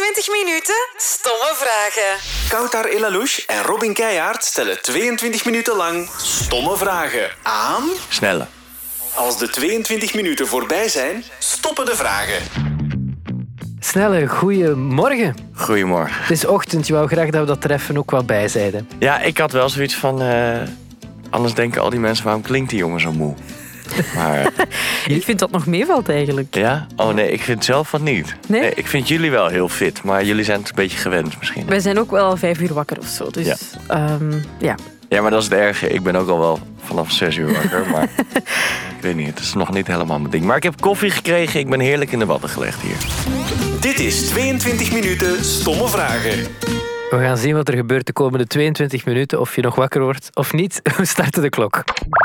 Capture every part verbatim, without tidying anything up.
tweeëntwintig minuten stomme vragen. Kawtar Elalouche en Robin Keijaard stellen tweeëntwintig minuten lang stomme vragen aan... Snelle. Als de tweeëntwintig minuten voorbij zijn, stoppen de vragen. Snelle, goeiemorgen. Goedemorgen. Het is ochtend, je wou graag dat we dat er even ook wel bij zeiden. Ja, ik had wel zoiets van... Uh, anders denken al die mensen, waarom klinkt die jongen zo moe? Maar, ik vind dat nog meevalt eigenlijk. Ja? Oh nee, ik vind zelf van niet. Nee? nee? Ik vind jullie wel heel fit, maar jullie zijn het een beetje gewend misschien. Wij zijn ook wel al vijf uur wakker of zo, dus ja. Um, ja. Ja, maar dat is het erge. Ik ben ook al wel vanaf zes uur wakker, maar ik weet niet, het is nog niet helemaal mijn ding. Maar ik heb koffie gekregen, ik ben heerlijk in de watten gelegd hier. Dit is tweeëntwintig minuten stomme vragen. We gaan zien wat er gebeurt de komende tweeëntwintig minuten, of je nog wakker wordt of niet. We starten de klok.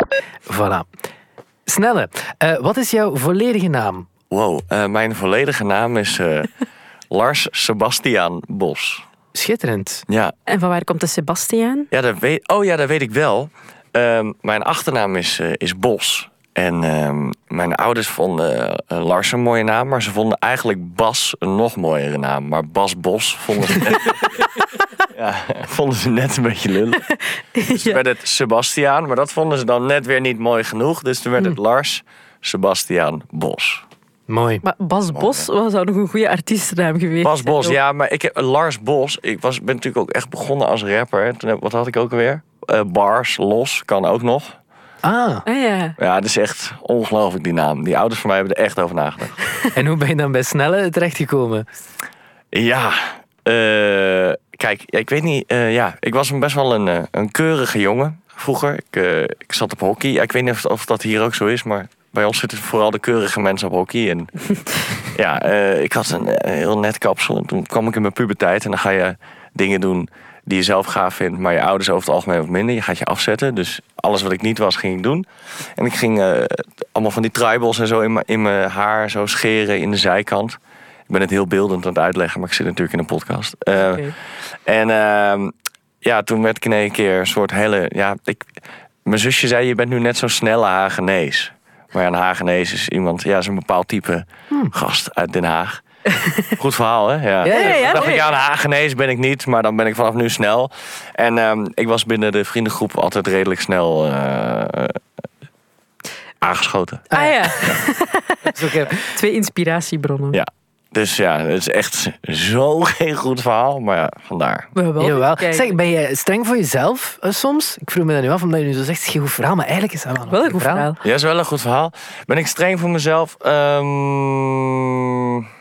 Voilà. Snelle, uh, wat is jouw volledige naam? Wow, uh, mijn volledige naam is uh, Lars Sebastiaan Bos. Schitterend. Ja. En van waar komt de Sebastiaan? Ja, dat weet, oh ja, dat weet ik wel. Uh, mijn achternaam is, uh, is Bos. En uh, mijn ouders vonden uh, Lars een mooie naam, maar ze vonden eigenlijk Bas een nog mooiere naam. Maar Bas Bos vonden ze net, ja, vonden ze net een beetje lullig. Dus toen werd het Sebastiaan, maar dat vonden ze dan net weer niet mooi genoeg. Dus toen werd het Lars Sebastiaan Bos. Mooi. Maar Bas Bos was zou nog een goede artiestennaam geweest. Bas Bos, ja, maar ik heb Lars Bos. Ik was, ben natuurlijk ook echt begonnen als rapper. Toen heb, wat had ik ook alweer? Uh, bars, los, kan ook nog. Ah. ah ja. Ja, het is echt ongelooflijk die naam. Die ouders van mij hebben er echt over nagedacht. En hoe ben je dan bij Snelle terechtgekomen? Ja, uh, kijk, ik weet niet. Uh, ja, ik was best wel een, een keurige jongen vroeger. Ik, uh, ik zat op hockey. Ja, ik weet niet of, of dat hier ook zo is, maar bij ons zitten vooral de keurige mensen op hockey. En ja, uh, ik had een, een heel net kapsel. En toen kwam ik in mijn puberteit en dan ga je dingen doen die je zelf gaaf vindt, maar je ouders over het algemeen wat minder. Je gaat je afzetten. Dus alles wat ik niet was, ging ik doen. En ik ging uh, allemaal van die tribals en zo in mijn, in mijn haar zo scheren in de zijkant. Ik ben het heel beeldend aan het uitleggen, maar ik zit natuurlijk in een podcast. Uh, okay. En uh, ja, toen werd ik in één keer een soort hele... Ja, ik, mijn zusje zei, je bent nu net zo'n snelle Hagenees. Maar ja, een Hagenees is iemand, ja, is een bepaald type hmm. gast uit Den Haag. Goed verhaal, hè? Ja. Ja, ja, ja, dacht nee. ik, ja, een Hagenees ben ik niet, maar dan ben ik vanaf nu snel. En um, ik was binnen de vriendengroep altijd redelijk snel uh, aangeschoten. Ah ja. ja. Twee inspiratiebronnen. Ja. Dus ja, het is echt zo geen goed verhaal, maar ja, vandaar. Wel, Jawel. Zeg, ben je streng voor jezelf uh, soms? Ik vroeg me dat nu af, omdat je nu zo zegt, het is geen goed verhaal, maar eigenlijk is dat wel een, wel een goed goed verhaal. verhaal. Ja, is wel een goed verhaal. Ben ik streng voor mezelf? Um...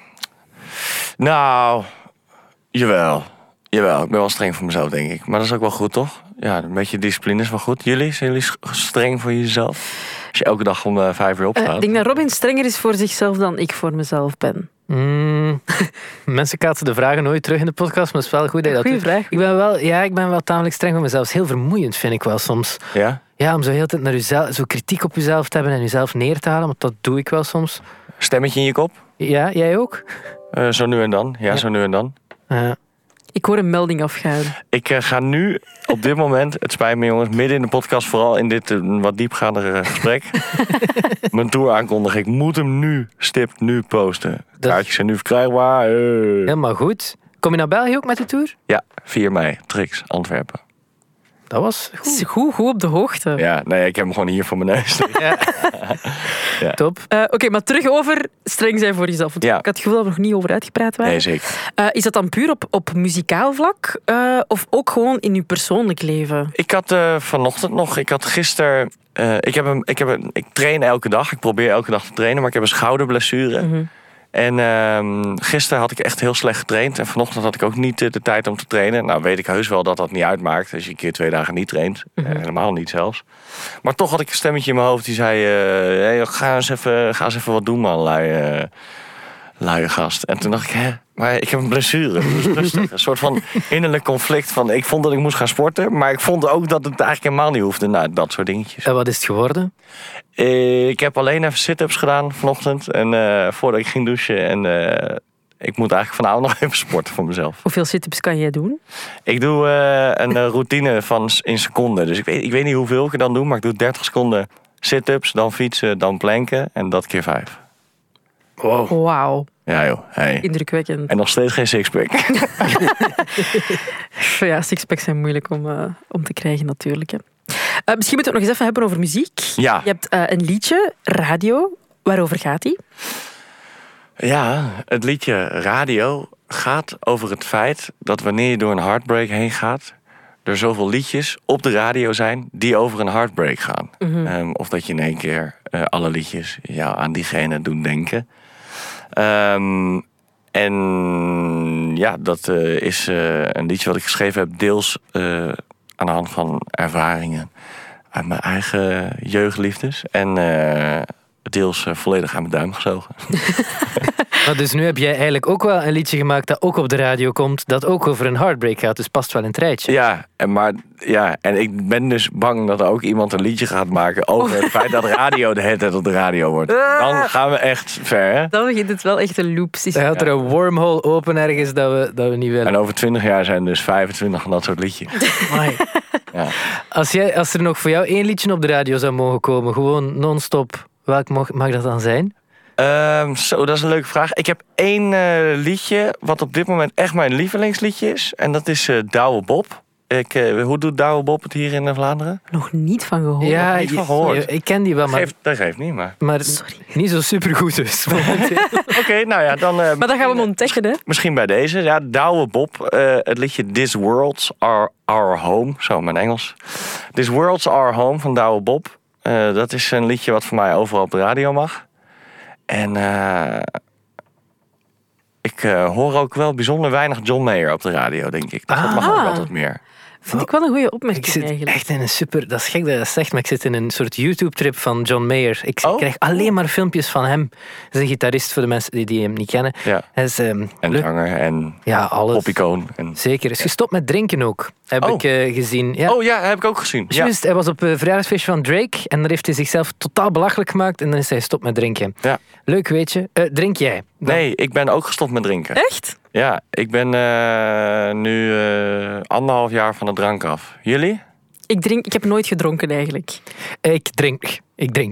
Nou, jawel. Jawel, ik ben wel streng voor mezelf, denk ik. Maar dat is ook wel goed, toch? Ja, een beetje discipline is wel goed. Jullie, zijn jullie streng voor jezelf? Als je elke dag om uh, vijf uur opstaat. Uh, ik denk dat Robin strenger is voor zichzelf dan ik voor mezelf ben. Mm, mensen kaatsen de vragen nooit terug in de podcast, maar het is wel goed dat je dat Goeie doet. vraag. Ik ben wel, ja, ik ben wel tamelijk streng voor mezelf. Het is heel vermoeiend, vind ik wel soms. Ja? Ja, om zo heel de tijd naar jezelf, zo kritiek op jezelf te hebben en jezelf neer te halen, want dat doe ik wel soms. Stemmetje in je kop? Ja, jij ook? Uh, zo nu en dan. Ja, ja. zo nu en dan. Uh. Ik hoor een melding afgaan. Ik uh, ga nu op dit moment, het spijt me jongens, midden in de podcast, vooral in dit uh, wat diepgaandere gesprek, mijn tour aankondigen. Ik moet hem nu, stipt nu posten. Dat... Kaartjes zijn nu verkrijgbaar. Uh. Helemaal goed. Kom je naar België ook met de tour? Ja, vier mei, Trix, Antwerpen. Dat was goed. Goed, goed op de hoogte. Ja, nee, ik heb hem gewoon hier voor mijn neus. Ja. Ja. Top. Uh, Oké, okay, maar terug over streng zijn voor jezelf. Want ja. Ik had het gevoel dat we nog niet over uitgepraat waren. Nee, zeker. Uh, is dat dan puur op, op muzikaal vlak? Uh, of ook gewoon in je persoonlijk leven? Ik had uh, vanochtend nog, ik had gisteren... Uh, ik, heb een, ik, heb een, ik train elke dag, ik probeer elke dag te trainen, maar ik heb een schouderblessure. Mm-hmm. En uh, gisteren had ik echt heel slecht getraind. En vanochtend had ik ook niet de, de tijd om te trainen. Nou weet ik heus wel dat dat niet uitmaakt als je een keer twee dagen niet traint. Mm-hmm. Uh, helemaal niet zelfs. Maar toch had ik een stemmetje in mijn hoofd die zei... Uh, hey, ga, eens even, ga eens even wat doen man, lui, uh, luie gast. En toen dacht ik, hè, maar ik heb een blessure. Dus rustig. Een soort van innerlijk conflict. Van, ik vond dat ik moest gaan sporten. Maar ik vond ook dat het eigenlijk helemaal niet hoefde. Nou, dat soort dingetjes. En wat is het geworden? Ik heb alleen even sit-ups gedaan vanochtend. En uh, voordat ik ging douchen. En uh, ik moet eigenlijk vanavond nog even sporten voor mezelf. Hoeveel sit-ups kan jij doen? Ik doe uh, een uh, routine van in seconden. Dus ik weet, ik weet niet hoeveel ik er dan doe. Maar ik doe dertig seconden sit-ups. Dan fietsen, dan planken. En dat keer vijf. Wow. Wauw. Ja joh, hey. Indrukwekkend. En nog steeds geen sixpack. Ja, sixpacks zijn moeilijk om, uh, om te krijgen natuurlijk. Hè. Uh, misschien moeten we het nog eens even hebben over muziek. Ja. Je hebt uh, een liedje, Radio. Waarover gaat die? Ja, het liedje Radio gaat over het feit dat wanneer je door een heartbreak heen gaat, er zoveel liedjes op de radio zijn die over een heartbreak gaan. Mm-hmm. Um, of dat je in één keer uh, alle liedjes ja, aan diegene doen denken. Um, en ja, dat uh, is uh, een liedje wat ik geschreven heb, deels uh, aan de hand van ervaringen uit mijn eigen jeugdliefdes. En uh, deels uh, volledig aan mijn duim gezogen. Maar dus nu heb jij eigenlijk ook wel een liedje gemaakt dat ook op de radio komt, dat ook over een heartbreak gaat. Dus past wel in het rijtje. Ja, en, maar, ja, en ik ben dus bang dat er ook iemand een liedje gaat maken over het feit dat radio de hele tijd op de radio wordt. Dan gaan we echt ver, hè? Dan begint het wel echt een loop. Dan gaat er een wormhole open ergens dat we, dat we niet willen. En over twintig jaar zijn er dus vijfentwintig van dat soort liedjes. Amai. Ja. Als, jij, als er nog voor jou één liedje op de radio zou mogen komen, gewoon non-stop, welk mag, mag dat dan zijn? Um, zo, dat is een leuke vraag. Ik heb één uh, liedje wat op dit moment echt mijn lievelingsliedje is. En dat is uh, Douwe Bob. Ik, uh, hoe doet Douwe Bob het hier in uh, Vlaanderen? Nog niet van gehoord. Ja, niet van gehoord. je- ik ken die wel, maar, Geeft, dat geeft niet, maar... maar Sorry. niet zo supergoed dus. Oké, okay, nou ja, dan... Uh, Maar dan gaan we hem ontdekken, hè? Misschien bij deze. Ja, Douwe Bob. Uh, het liedje This World's Our, Our Home. Zo, mijn Engels. This World's Our Home van Douwe Bob. Uh, dat is een liedje wat voor mij overal op de radio mag. En uh, ik uh, hoor ook wel bijzonder weinig John Mayer op de radio, denk ik. Dus dat mag Ah. ook altijd meer. Vind ik wel een goede opmerking Ik zit eigenlijk. echt in een super... Dat is gek dat je dat zegt, maar ik zit in een soort YouTube-trip van John Mayer. Ik Oh. krijg alleen maar filmpjes van hem. Hij is een gitarist voor de mensen die, die hem niet kennen. Ja. Hij is um, En leuk. zanger en Ja, alles. popicoon. En... Zeker. Is gestopt met drinken ook. Heb Oh. ik uh, gezien. Ja. Oh ja, heb ik ook gezien. Ja. Juist, hij was op een verjaardagsfeestje van Drake en daar heeft hij zichzelf totaal belachelijk gemaakt en dan is hij gestopt met drinken. Ja. Leuk, weet je. Uh, drink jij? Dan- Nee, ik ben ook gestopt met drinken. Echt? Ja, ik ben uh, nu uh, anderhalf jaar van de drank af. Jullie? Ik, drink, ik heb nooit gedronken eigenlijk. Ik drink. Ik drink.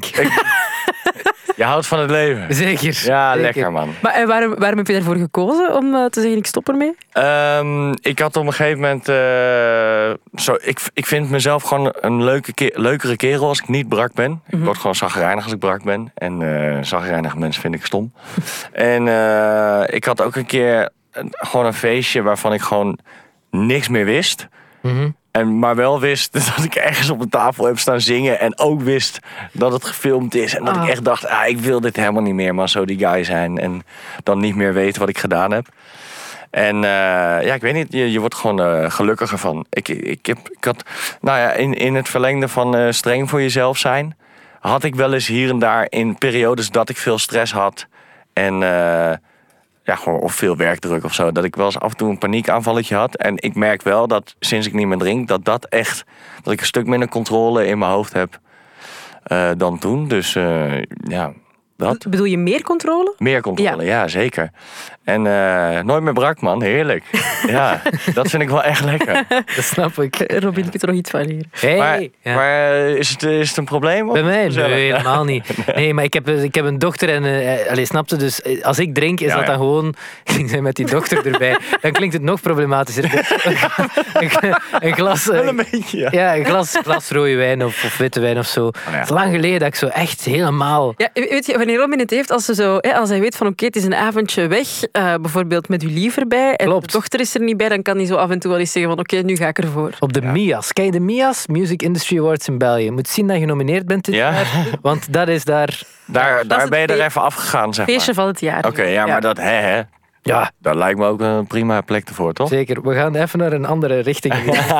Je houdt van het leven. Zeker. Ja, Zeker. lekker man. Maar en waarom, waarom heb je daarvoor gekozen om uh, te zeggen ik stop ermee? Um, ik had op een gegeven moment... Uh, zo, ik, ik vind mezelf gewoon een leuke ke- leukere kerel als ik niet brak ben. Mm-hmm. Ik word gewoon chagrijnig als ik brak ben. En uh, chagrijnige mensen vind ik stom. En uh, ik had ook een keer een, gewoon een feestje waarvan ik gewoon niks meer wist. Mm-hmm. En maar wel wist dat ik ergens op een tafel heb staan zingen. En ook wist dat het gefilmd is. En dat Ah. ik echt dacht, ah, ik wil dit helemaal niet meer. Maar zo die guy zijn. En dan niet meer weten wat ik gedaan heb. En uh, ja, ik weet niet. Je, je wordt gewoon uh, gelukkiger van. Ik, ik, heb, ik had, nou ja, in, in het verlengde van uh, streng voor jezelf zijn. Had ik wel eens hier en daar in periodes dat ik veel stress had. En... Uh, Ja, gewoon of veel werkdruk of zo. Dat ik wel eens af en toe een paniekaanvalletje had. En ik merk wel dat sinds ik niet meer drink, dat dat echt, dat ik een stuk minder controle in mijn hoofd heb uh, dan toen. Dus uh, ja, dat. Bedoel je meer controle? Meer controle, ja, ja zeker. En uh, nooit meer brak, man. Heerlijk. Ja, dat vind ik wel echt lekker. Dat snap ik. Robin, ik er nog iets van leren. Hey. Maar, Ja. maar is, het, is het een probleem? Of Bij mij? gezellig? Nee, helemaal niet. Nee, maar ik heb, ik heb een dochter en... Uh, allez, snapte, dus uh, als ik drink, is Ja, dat ja. dan gewoon... Ik ben met die dochter erbij. Dan klinkt het nog problematischer. een, een glas... Uh, Wel een beetje, ja. ja, een glas, glas rode wijn of, of witte wijn of zo. ja. Het is lang geleden dat ik zo echt helemaal... Ja, weet je, wanneer Robin het heeft, als, ze zo, hè, als hij weet van oké, het is een avondje weg, uh, bijvoorbeeld met uw lief erbij, en Klopt. de dochter is er niet bij, dan kan hij zo af en toe wel eens zeggen van oké, nu ga ik ervoor. Op de M I A S. Ken je de M I A S? Music Industry Awards in België. Je moet zien dat je genomineerd bent dit Ja. jaar. Want dat is daar... Daar, is daar het ben je er fe- even afgegaan, zeg maar. Feestje van het jaar. Oké, ja, maar dat hè, hè. Ja, Dat lijkt me ook een prima plek ervoor, toch? zeker. We gaan even naar een andere richting.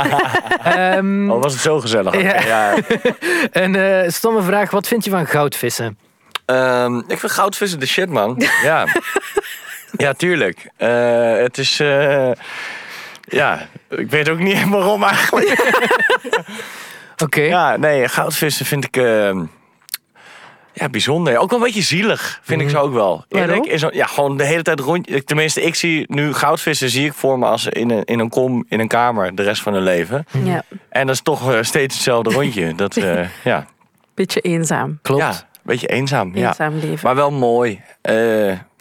Ehm, Oh, was het zo gezellig? Oké, Ja. ja. een uh, stomme vraag. Wat vind je van goudvissen? Um, ik vind goudvissen de shit, man. Ja, ja tuurlijk. Uh, het is... Uh, ja, ik weet ook niet waarom eigenlijk. Oké. Okay. Ja, nee, goudvissen vind ik... Uh, ja, bijzonder. Ook wel een beetje zielig, vind ik ze ook wel. Eerlijk, is, ja, gewoon de hele tijd rond... Tenminste, ik zie nu goudvissen zie ik voor me als in een, in een kom, in een kamer, de rest van hun leven. Ja, En dat is toch uh, steeds hetzelfde rondje. Dat, uh, ja. beetje eenzaam. Klopt. Ja, een beetje eenzaam. Eenzaam ja. leven. Maar wel mooi. Uh,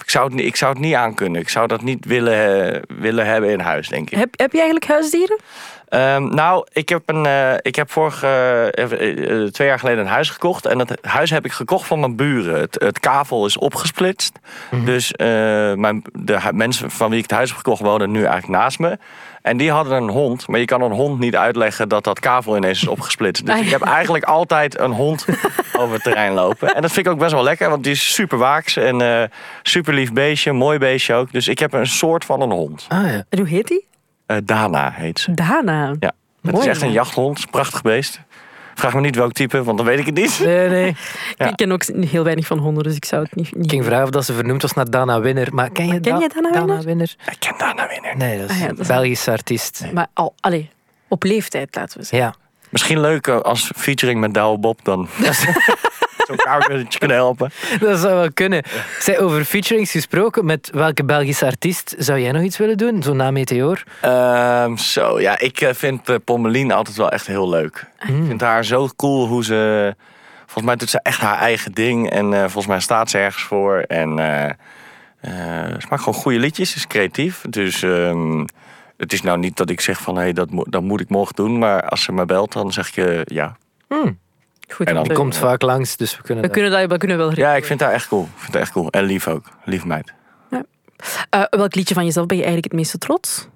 Ik zou het, niet- ik zou het niet aankunnen. Ik zou dat niet willen, eh, willen hebben in huis, denk ik. Heb, heb je eigenlijk huisdieren? Ehm, nou, ik heb, een, eh, ik heb vorige, eh, eh, twee jaar geleden een huis gekocht. En dat huis heb ik gekocht van mijn buren. Het, het kavel is opgesplitst. Dus eh, mijn, de hu- mensen van wie ik het huis heb gekocht wonen nu eigenlijk naast me. En die hadden een hond. Maar je kan een hond niet uitleggen dat dat kavel ineens is opgesplitst. Dus Ah, ja. ik heb eigenlijk altijd een hond over het terrein lopen. En dat vind ik ook best wel lekker. Want die is super waaks. En eh super lief beestje. Mooi beestje ook. Dus ik heb een soort van een hond. Ah ja. En hoe heet die? Eh, Dana heet ze. Dana. Ja. Het Mooi, is echt een hè? jachthond. Een prachtig beest. Vraag me niet welk type, want dan weet ik het niet. Nee, nee. Ja. Ik ken ook heel weinig van honden, dus ik zou het niet... niet Ik ging vragen of dat ze vernoemd was naar Dana Winner. Maar ken je, Maar ken Da- je Dana Winner? Winner? Ik ken Dana Winner. Nee, dat is Ah ja, een dat is- Belgische artiest. Maar al, allee, op leeftijd, laten we zeggen. Ja. Misschien leuk eh, als featuring met Douwe Bob dan. Zo'n kaartje kunnen helpen. Dat zou wel kunnen. Zij, over featurings gesproken, met welke Belgische artiest zou jij nog iets willen doen? Zo na Meteor? Ehm, zo, ja, ik eh, vind uh, Pommelien altijd wel echt heel leuk. Ik vind haar zo cool hoe ze... Volgens mij doet ze echt haar eigen ding. En eh, volgens mij staat ze ergens voor. En eh, eh, ze maakt gewoon goede liedjes. Ze is creatief. Dus ehm, het is nou niet dat ik zeg van... Hé, hey, dat, mo- dat moet ik morgen doen. Maar als ze me belt, dan zeg ik uh, ja. Goed, En dan we, Die komt vaak langs, dus we kunnen we dat- kunnen dat we kunnen wel Ja, ik vind haar echt cool. Ik vind haar echt cool. En lief ook. Lief meid. Eh, welk liedje van jezelf ben je eigenlijk het meeste trots?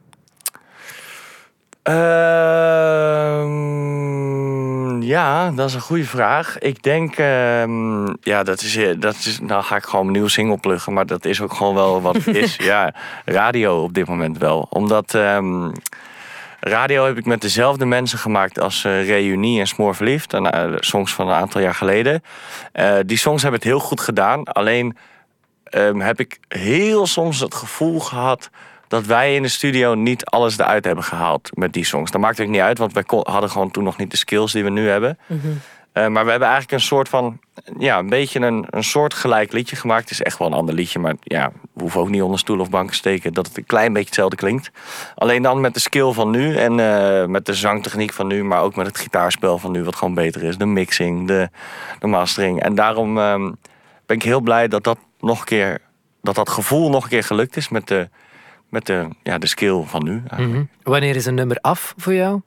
Ehm, ja, dat is een goede vraag. Ik denk, ehm, ja, dat is, dat is, nou ga ik gewoon een nieuwe single pluggen, maar dat is ook gewoon wel wat het is. Ja, radio op dit moment wel. Omdat ehm, radio heb ik met dezelfde mensen gemaakt als uh, Reunie en Smoor Verliefd. En, uh, songs van een aantal jaar geleden. Uh, die songs hebben het heel goed gedaan. Alleen um, heb ik heel soms het gevoel gehad dat wij in de studio niet alles eruit hebben gehaald met die songs. Dat maakt ook niet uit, want wij kon, hadden gewoon toen nog niet de skills die we nu hebben. Mm-hmm. Uh, maar we hebben eigenlijk een soort van, ja, een beetje een, een soort gelijk liedje gemaakt. Het is echt wel een ander liedje, maar ja, we hoeven ook niet onder stoel of banken te steken dat het een klein beetje hetzelfde klinkt. Alleen dan met de skill van nu en uh, met de zangtechniek van nu, maar ook met het gitaarspel van nu, wat gewoon beter is. De mixing, de, de mastering. En daarom um, ben ik heel blij dat dat nog een keer, dat dat gevoel nog een keer gelukt is met de Met de, ja, de skill van nu. Mm-hmm. Wanneer is een nummer af voor jou?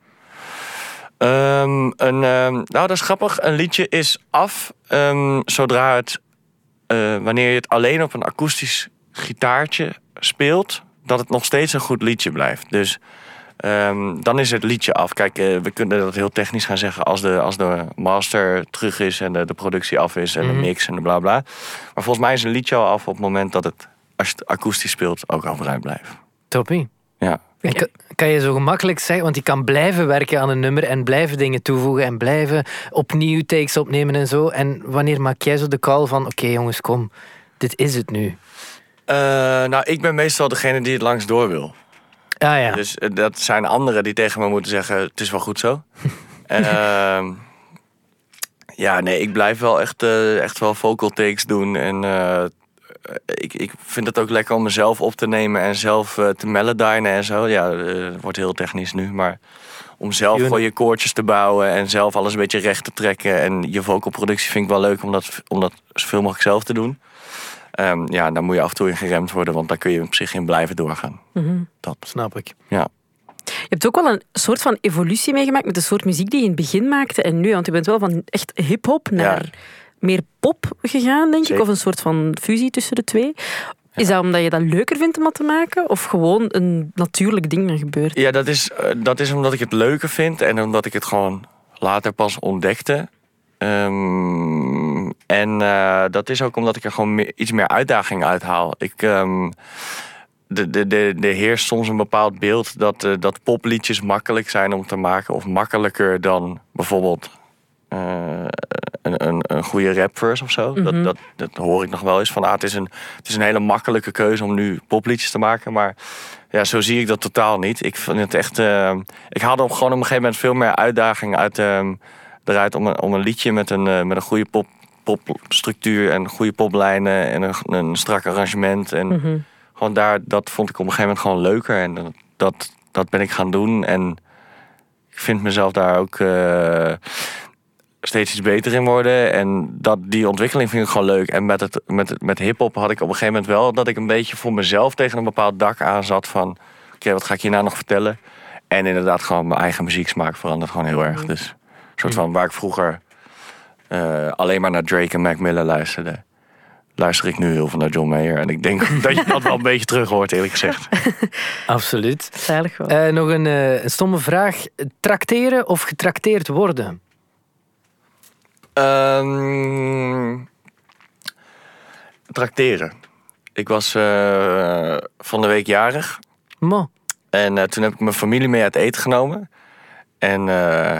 Um, een, um, nou, dat is grappig. Een liedje is af um, zodra het... Uh, wanneer je het alleen op een akoestisch gitaartje speelt, dat het nog steeds een goed liedje blijft. Dus um, dan is het liedje af. Kijk, uh, we kunnen dat heel technisch gaan zeggen als de, als de master terug is en de, de productie af is en mm-hmm. de mix en de bla bla. Maar volgens mij is een liedje al af op het moment dat het, als je het akoestisch speelt, ook overeind blijft. Toppie. Ja. En kan, kan je zo gemakkelijk zeggen, want je kan blijven werken aan een nummer en blijven dingen toevoegen en blijven opnieuw takes opnemen en zo. En wanneer maak jij zo de call van, oké okay, jongens, kom, dit is het nu? Uh, nou, ik ben meestal degene die het langs door wil. Ah ja. Dus uh, dat zijn anderen die tegen me moeten zeggen, het is wel goed zo. En uh, ja, nee, ik blijf wel echt, uh, echt wel vocal takes doen en... Uh, Ik, ik vind het ook lekker om mezelf op te nemen en zelf uh, te melodinen en zo. Ja, uh, het wordt heel technisch nu, maar om zelf gewoon je koortjes te bouwen en zelf alles een beetje recht te trekken. En je vocalproductie vind ik wel leuk om dat, om dat zoveel mogelijk zelf te doen. Um, ja, dan moet je af en toe in geremd worden, want daar kun je op zich in blijven doorgaan. Mm-hmm. Dat snap ik. Ja. Je hebt ook wel een soort van evolutie meegemaakt met de soort muziek die je in het begin maakte en nu. Want je bent wel van echt hip-hop naar... Ja. meer pop gegaan, denk Zeker. ik. Of een soort van fusie tussen de twee. Is ja. dat omdat je dat leuker vindt om dat te maken? Of gewoon een natuurlijk ding dat gebeurt? Ja, dat is, uh, dat is omdat ik het leuker vind. En omdat ik het gewoon later pas ontdekte. Um, en uh, dat is ook omdat ik er gewoon meer, iets meer uitdaging uithaal. Ik... Um, De, de, de, de heerst soms een bepaald beeld dat, uh, dat popliedjes makkelijk zijn om te maken. Of makkelijker dan bijvoorbeeld... Uh, een, een, een goede rapverse of zo. Mm-hmm. Dat, dat, dat hoor ik nog wel eens. Van, ah, het, is een, het is een hele makkelijke keuze om nu popliedjes te maken. Maar ja, zo zie ik dat totaal niet. Ik vind het echt... Uh, ik haalde op, gewoon op een gegeven moment veel meer uitdaging uit, uh, eruit om een, om een liedje met een, uh, met een goede pop, popstructuur en goede poplijnen en een, een strak arrangement. En mm-hmm. gewoon daar, dat vond ik op een gegeven moment gewoon leuker. En dat, dat ben ik gaan doen. En ik vind mezelf daar ook... Uh, steeds iets beter in worden. En dat, die ontwikkeling vind ik gewoon leuk. En met, het, met, het, met hiphop had ik op een gegeven moment wel... dat ik een beetje voor mezelf tegen een bepaald dak aan zat van... oké, okay, wat ga ik hierna nog vertellen? En inderdaad gewoon mijn eigen muzieksmaak verandert gewoon heel erg. Dus een soort van waar ik vroeger uh, alleen maar naar Drake en Mac Miller luisterde... luister ik nu heel veel naar John Mayer. En ik denk dat je dat wel een beetje terug hoort, eerlijk gezegd. Absoluut. Veilig wel. Uh, nog een, uh, een stomme vraag. Trakteren of getrakteerd worden? Um, trakteren. Ik was uh, van de week jarig. Mo. En uh, toen heb ik mijn familie mee uit eten genomen. En uh,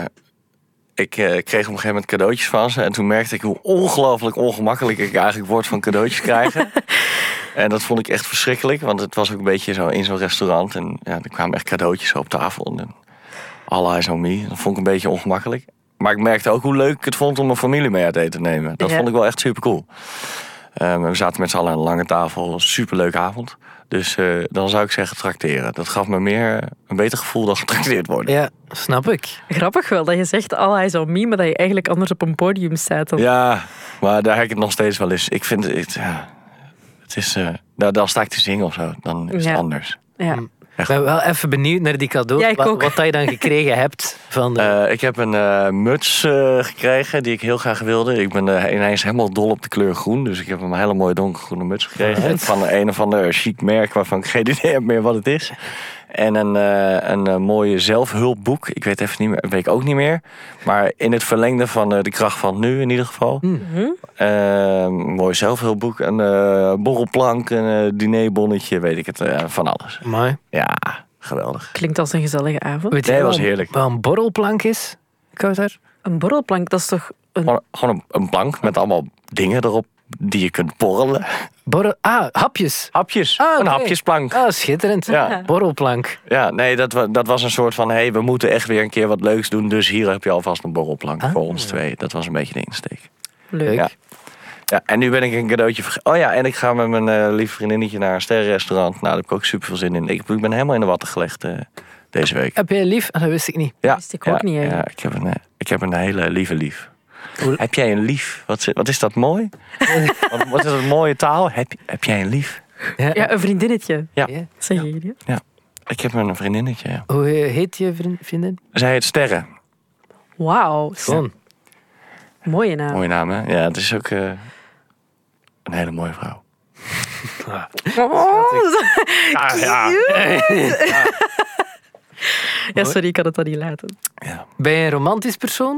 ik uh, kreeg op een gegeven moment cadeautjes van ze. En toen merkte ik hoe ongelooflijk ongemakkelijk ik eigenlijk word van cadeautjes krijgen. En dat vond ik echt verschrikkelijk. Want het was ook een beetje zo in zo'n restaurant. En ja, er kwamen echt cadeautjes op tafel. En all eyes on me. Dat vond ik een beetje ongemakkelijk. Maar ik merkte ook hoe leuk ik het vond om mijn familie mee uit eten te nemen. Dat ja. vond ik wel echt super cool. Um, we zaten met z'n allen aan een lange tafel. Super leuke avond. Dus uh, dan zou ik zeggen trakteren. Dat gaf me meer een beter gevoel dan getrakteerd worden. Ja, snap ik. Grappig wel dat je zegt all eyes on me, maar dat je eigenlijk anders op een podium staat. Dan... Ja, maar daar heb ik het nog steeds wel eens. Ik vind het... Ja, het is... Uh, nou, dan sta ik te zingen of zo. Dan is ja. het anders. Ja. Ik ben wel even benieuwd naar die cadeau. Ja, ik wat, ook. wat dat je dan gekregen hebt. Van de... uh, ik heb een uh, muts uh, gekregen die ik heel graag wilde. Ik ben uh, ineens helemaal dol op de kleur groen. Dus ik heb een hele mooie donkergroene muts gekregen. Right. Van een of ander chic merk waarvan ik geen idee heb meer wat het is. En een, uh, een uh, mooie zelfhulpboek. Ik weet even niet meer, weet ik ook niet meer. Maar in het verlengde van uh, de kracht van het nu in ieder geval. Mm-hmm. Uh, een mooi zelfhulpboek. Een uh, borrelplank, een uh, dinerbonnetje, weet ik het. Uh, van alles. Mooi. Ja, geweldig. Klinkt als een gezellige avond. Weet je Nee, wel was heerlijk. Wat een borrelplank is, Kouter? Een borrelplank, dat is toch een... Gewoon, gewoon een, een plank met allemaal dingen erop die je kunt borrelen. Borrel... Ah, hapjes. Hapjes. Ah, Een oké. hapjesplank. Ah, schitterend. Ja. Borrelplank. Ja, nee, dat, wa- dat was een soort van... hé, hey, we moeten echt weer een keer wat leuks doen. Dus hier heb je alvast een borrelplank Ah. voor ons twee. Dat was een beetje de insteek. Leuk. Ja. Ja, en nu ben ik een cadeautje vergeten. Oh ja, en ik ga met mijn uh, lieve vriendinnetje naar een sterrenrestaurant. Nou, daar heb ik ook super veel zin in. Ik, ik ben helemaal in de watten gelegd uh, deze week. Heb jij lief? Ah, dat wist ik niet. Ja, wist ik ook ja, niet eigenlijk. Ja, ik heb een, uh, ik heb een hele lieve lief. Hoe- Heb jij een lief? Wat, wat is dat mooi? wat, wat is dat mooie taal? Heb, heb jij een lief? Ja. Ja, een vriendinnetje, Ja. Ja. zeg je. Ja. Ik heb een vriendinnetje, ja. Hoe heet je vriend- vriendin? Zij heet Sterre. Wauw, Gewoon. mooie naam. Mooie naam, hè? Ja, het is ook uh, een hele mooie vrouw. Oh, Ja, ja. ja, sorry, ik kan het dan niet laten. ja. Ben je een romantisch persoon?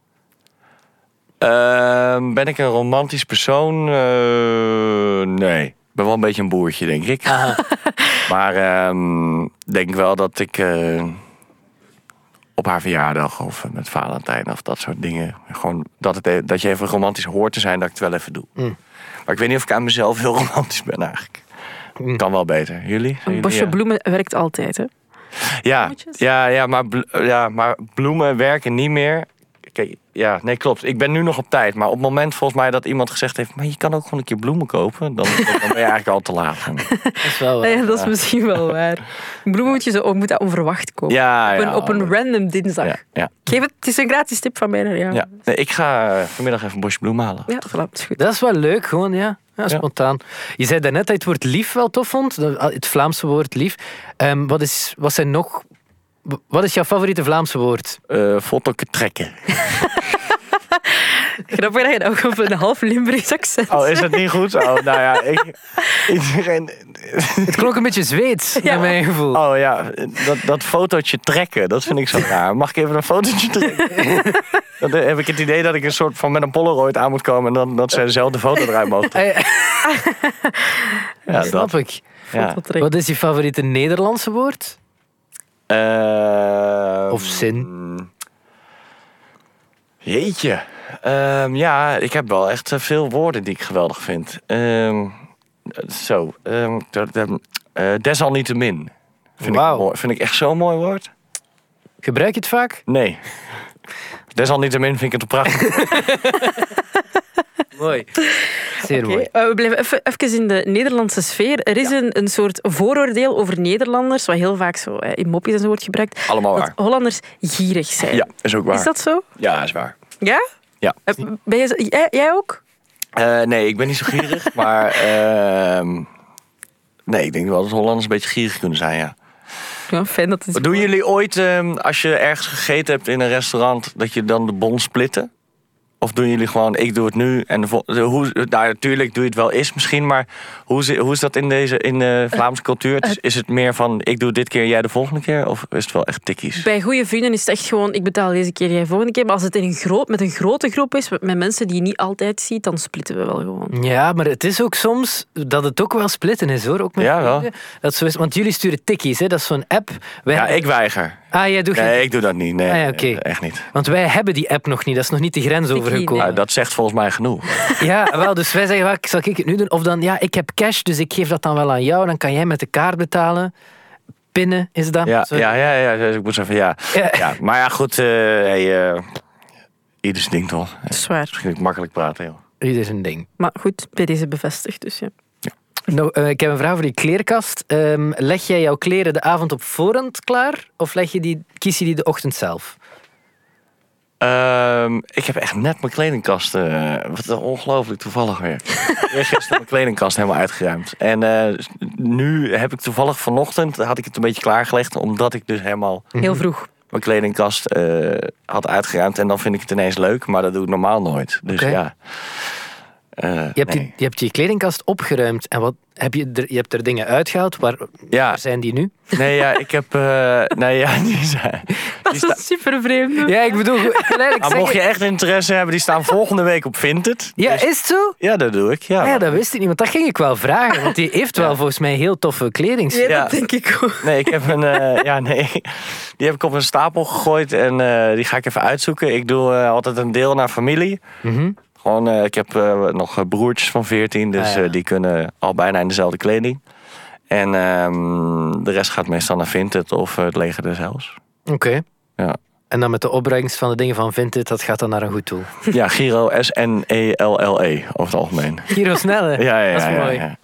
Uh, ben ik een romantisch persoon? Uh, nee. Ik ben wel een beetje een boertje, denk ik. Aha. Maar um, ik denk wel dat ik uh, op haar verjaardag of met Valentijn of dat soort dingen... gewoon dat, het, dat je even romantisch hoort te zijn, dat ik het wel even doe. Mm. Maar ik weet niet of ik aan mezelf heel romantisch ben eigenlijk. Mm. Kan wel beter. Jullie? Zijn Een jullie, bosje ja? bloemen werkt altijd, hè? Ja, Bloemetjes? ja, ja, maar, bl- ja, maar bloemen werken niet meer. Kijk, ja, nee, klopt. Ik ben nu nog op tijd. Maar op het moment volgens mij dat iemand gezegd heeft... maar je kan ook gewoon een keer bloemen kopen... dan, dan ben je eigenlijk al te laat. Dat is wel waar. Ja, dat is misschien wel waar. Bloemen moet je zo moet dat onverwacht kopen. Ja, op, een, ja, op een random dinsdag. Ja, ja, Geef het, het is een gratis tip van mij. Ja, ja. ja. Nee, ik ga eh, vanmiddag even een bosje bloemen halen. voilà, is goed. Dat is wel leuk, gewoon, ja. Ja, spontaan. Je zei daarnet dat je het woord lief wel tof vond. Dat- Het Vlaamse woord lief. Ehm, wat, is, wat zijn nog... Wat is jouw favoriete Vlaamse woord? Uh, foto trekken. Grappig dat je dat ook op een half Limburgs accent. Oh, is dat niet goed? Oh, nou ja, ik... Iedereen... Het klonk een beetje Zweeds, Ja. naar mijn gevoel. Oh ja, dat, dat fotootje trekken, dat vind ik zo raar. Mag ik even een fotootje trekken? Dan heb ik het idee dat ik een soort van met een Polaroid aan moet komen... en dan dat ze dezelfde foto eruit mogen. Eh, Ja, dat snap dat. ik. Ja. Wat is je favoriete Nederlandse woord? Uh, Of zin? Jeetje. Um, ja, ik heb wel echt uh, veel woorden die ik geweldig vind. Um, zo. Um, uh, desalniettemin. Vind, Wauw. ik mooi. Vind ik echt zo'n mooi woord? Gebruik je het vaak? Nee. Desalniettemin vind ik het een prachtig woord. Mooi. Zeer Oké, mooi. uh, we blijven even, even in de Nederlandse sfeer. Er is een, een soort vooroordeel over Nederlanders, wat heel vaak zo uh, in mopjes en zo wordt gebruikt. Allemaal dat waar. Hollanders gierig zijn. Ja, is ook waar. Is dat zo? Ja, is waar. Ja? Ja. Eh, Ben je, jij, jij ook? Uh, nee, ik ben niet zo gierig, maar... Uh, nee, ik denk wel dat Hollanders een beetje gierig kunnen zijn, ja. Ja, fijn dat het is. Doen jullie ooit, uh, als je ergens gegeten hebt in een restaurant... dat je dan de bon splitten? Of doen jullie gewoon, ik doe het nu en de, vo- de, hoe, nou, natuurlijk doe je het wel eens misschien, maar hoe is, hoe is dat in deze in de Vlaamse cultuur? Het is, is het meer van, ik doe dit keer, jij de volgende keer? Of is het wel echt tikkies? Bij goede vrienden is het echt gewoon, ik betaal deze keer, jij volgende keer. Maar als het in een groot, met een grote groep is, met mensen die je niet altijd ziet, dan splitten we wel gewoon. Ja, maar het is ook soms dat het ook wel splitten is, hoor. Ook met Ja, wel. vrienden. Dat zo is, want jullie sturen tikkies, hè? Dat is zo'n app. Wij Ja, ik weiger. Ah, jij doet geen... Nee, ik doe dat niet. Nee, Ah, ja, oké. echt niet. Want wij hebben die app nog niet. Dat is nog niet de grens Tikkie, overgekomen. Nou, dat zegt volgens mij genoeg. Ja, wel, dus wij zeggen, wel, zal ik het nu doen? Of dan, ja, ik heb cash, dus ik geef dat dan wel aan jou. Dan kan jij met de kaart betalen. Pinnen is dat. Ja, Zo. ja, ja, ja, dus ik moet zeggen, ja. Ja. ja. Maar ja, goed. Uh, hey, uh, ieder zijn ding toch? Dat is waar. Misschien ook makkelijk praten, joh. Ieder zijn ding. Maar goed, bij deze bevestigd dus, ja. Nou, uh, ik heb een vraag voor die kleerkast. Um, leg jij jouw kleren de avond op voorhand klaar? Of leg je die, kies je die de ochtend zelf? Um, ik heb echt net mijn kledingkast... Uh, wat ongelooflijk toevallig weer. Eergisteren mijn kledingkast helemaal uitgeruimd. En uh, nu heb ik toevallig vanochtend... had ik het een beetje klaargelegd... omdat ik dus helemaal Heel vroeg. mijn kledingkast uh, had uitgeruimd. En dan vind ik het ineens leuk. Maar dat doe ik normaal nooit. Dus Oké. ja... Uh, Je hebt, nee. die, je hebt je kledingkast opgeruimd. En wat, heb je, er, je hebt er dingen uitgehaald. Waar, Ja. waar zijn die nu? Nee, ja, ik heb... Uh, nee, ja, die zijn... Dat is een super vreemde. Ja, ik bedoel... Ik wil eigenlijk Maar zeggen... mocht je echt interesse hebben... die staan volgende week op Vinted. Ja, Dus- is het zo? ja, dat doe ik. Ja, Ah, ja, dat wist ik niet. Want dat ging ik wel vragen. Want die heeft wel volgens mij heel toffe kleding. Ja, Ja. dat denk ik ook. Nee, ik heb een... Uh, ja, nee. Die heb ik op een stapel gegooid. En uh, die ga ik even uitzoeken. Ik doe uh, altijd een deel naar familie. Mhm. Gewoon, uh, ik heb uh, nog broertjes van veertien. Dus Ah, ja. uh, die kunnen al bijna in dezelfde kleding. En um, de rest gaat meestal naar Vinted of uh, het leger er zelfs. Oké. Okay. Ja. En dan met de opbrengst van de dingen van Vinted, dat gaat dan naar een goed doel. Ja, Giro S N E L L E over het algemeen. Giro Snelle. Ja, ja, Dat is ja, mooi. ja,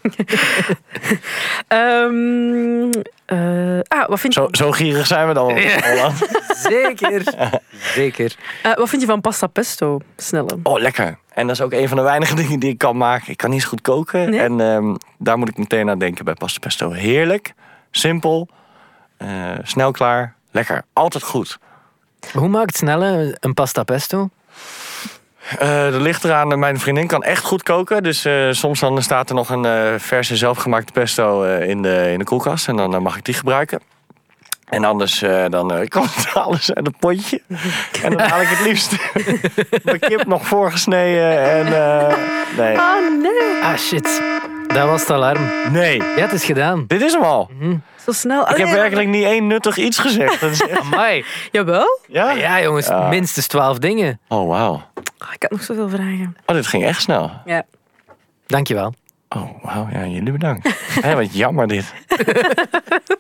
Um, uh, ah, wat vind je... Zo, zo gierig zijn we dan. Ja. Zeker. Zeker. Uh, wat vind je van pasta pesto? Snelle. Oh, lekker. En dat is ook een van de weinige dingen die ik kan maken. Ik kan niet zo goed koken. Nee? En um, daar moet ik meteen aan denken bij pasta pesto. Heerlijk, simpel, uh, snel klaar, lekker. Altijd goed. Hoe maakt Snelle een pasta pesto? Uh, dat ligt eraan, mijn vriendin kan echt goed koken. Dus uh, soms dan staat er nog een uh, verse zelfgemaakte pesto uh, in, de, in de koelkast. En dan uh, mag ik die gebruiken. En anders uh, dan uh, komt alles uit het potje. En dan haal ik het liefst mijn kip nog voorgesneden. En, uh, nee. Oh nee. Ah, shit. Dat was het alarm. nee, Ja, het is gedaan. dit is hem al. Zo snel. Ik heb Allee, werkelijk niet één nuttig iets gezegd. Dat is echt... Amai. Jawel? Ja? Ja, jongens, Ja. minstens twaalf dingen. Oh, wauw. Oh, ik had nog zoveel vragen. Oh, dit ging echt snel. Ja. Dankjewel. Oh, wauw. Ja, jullie bedankt. Hé, wat jammer dit.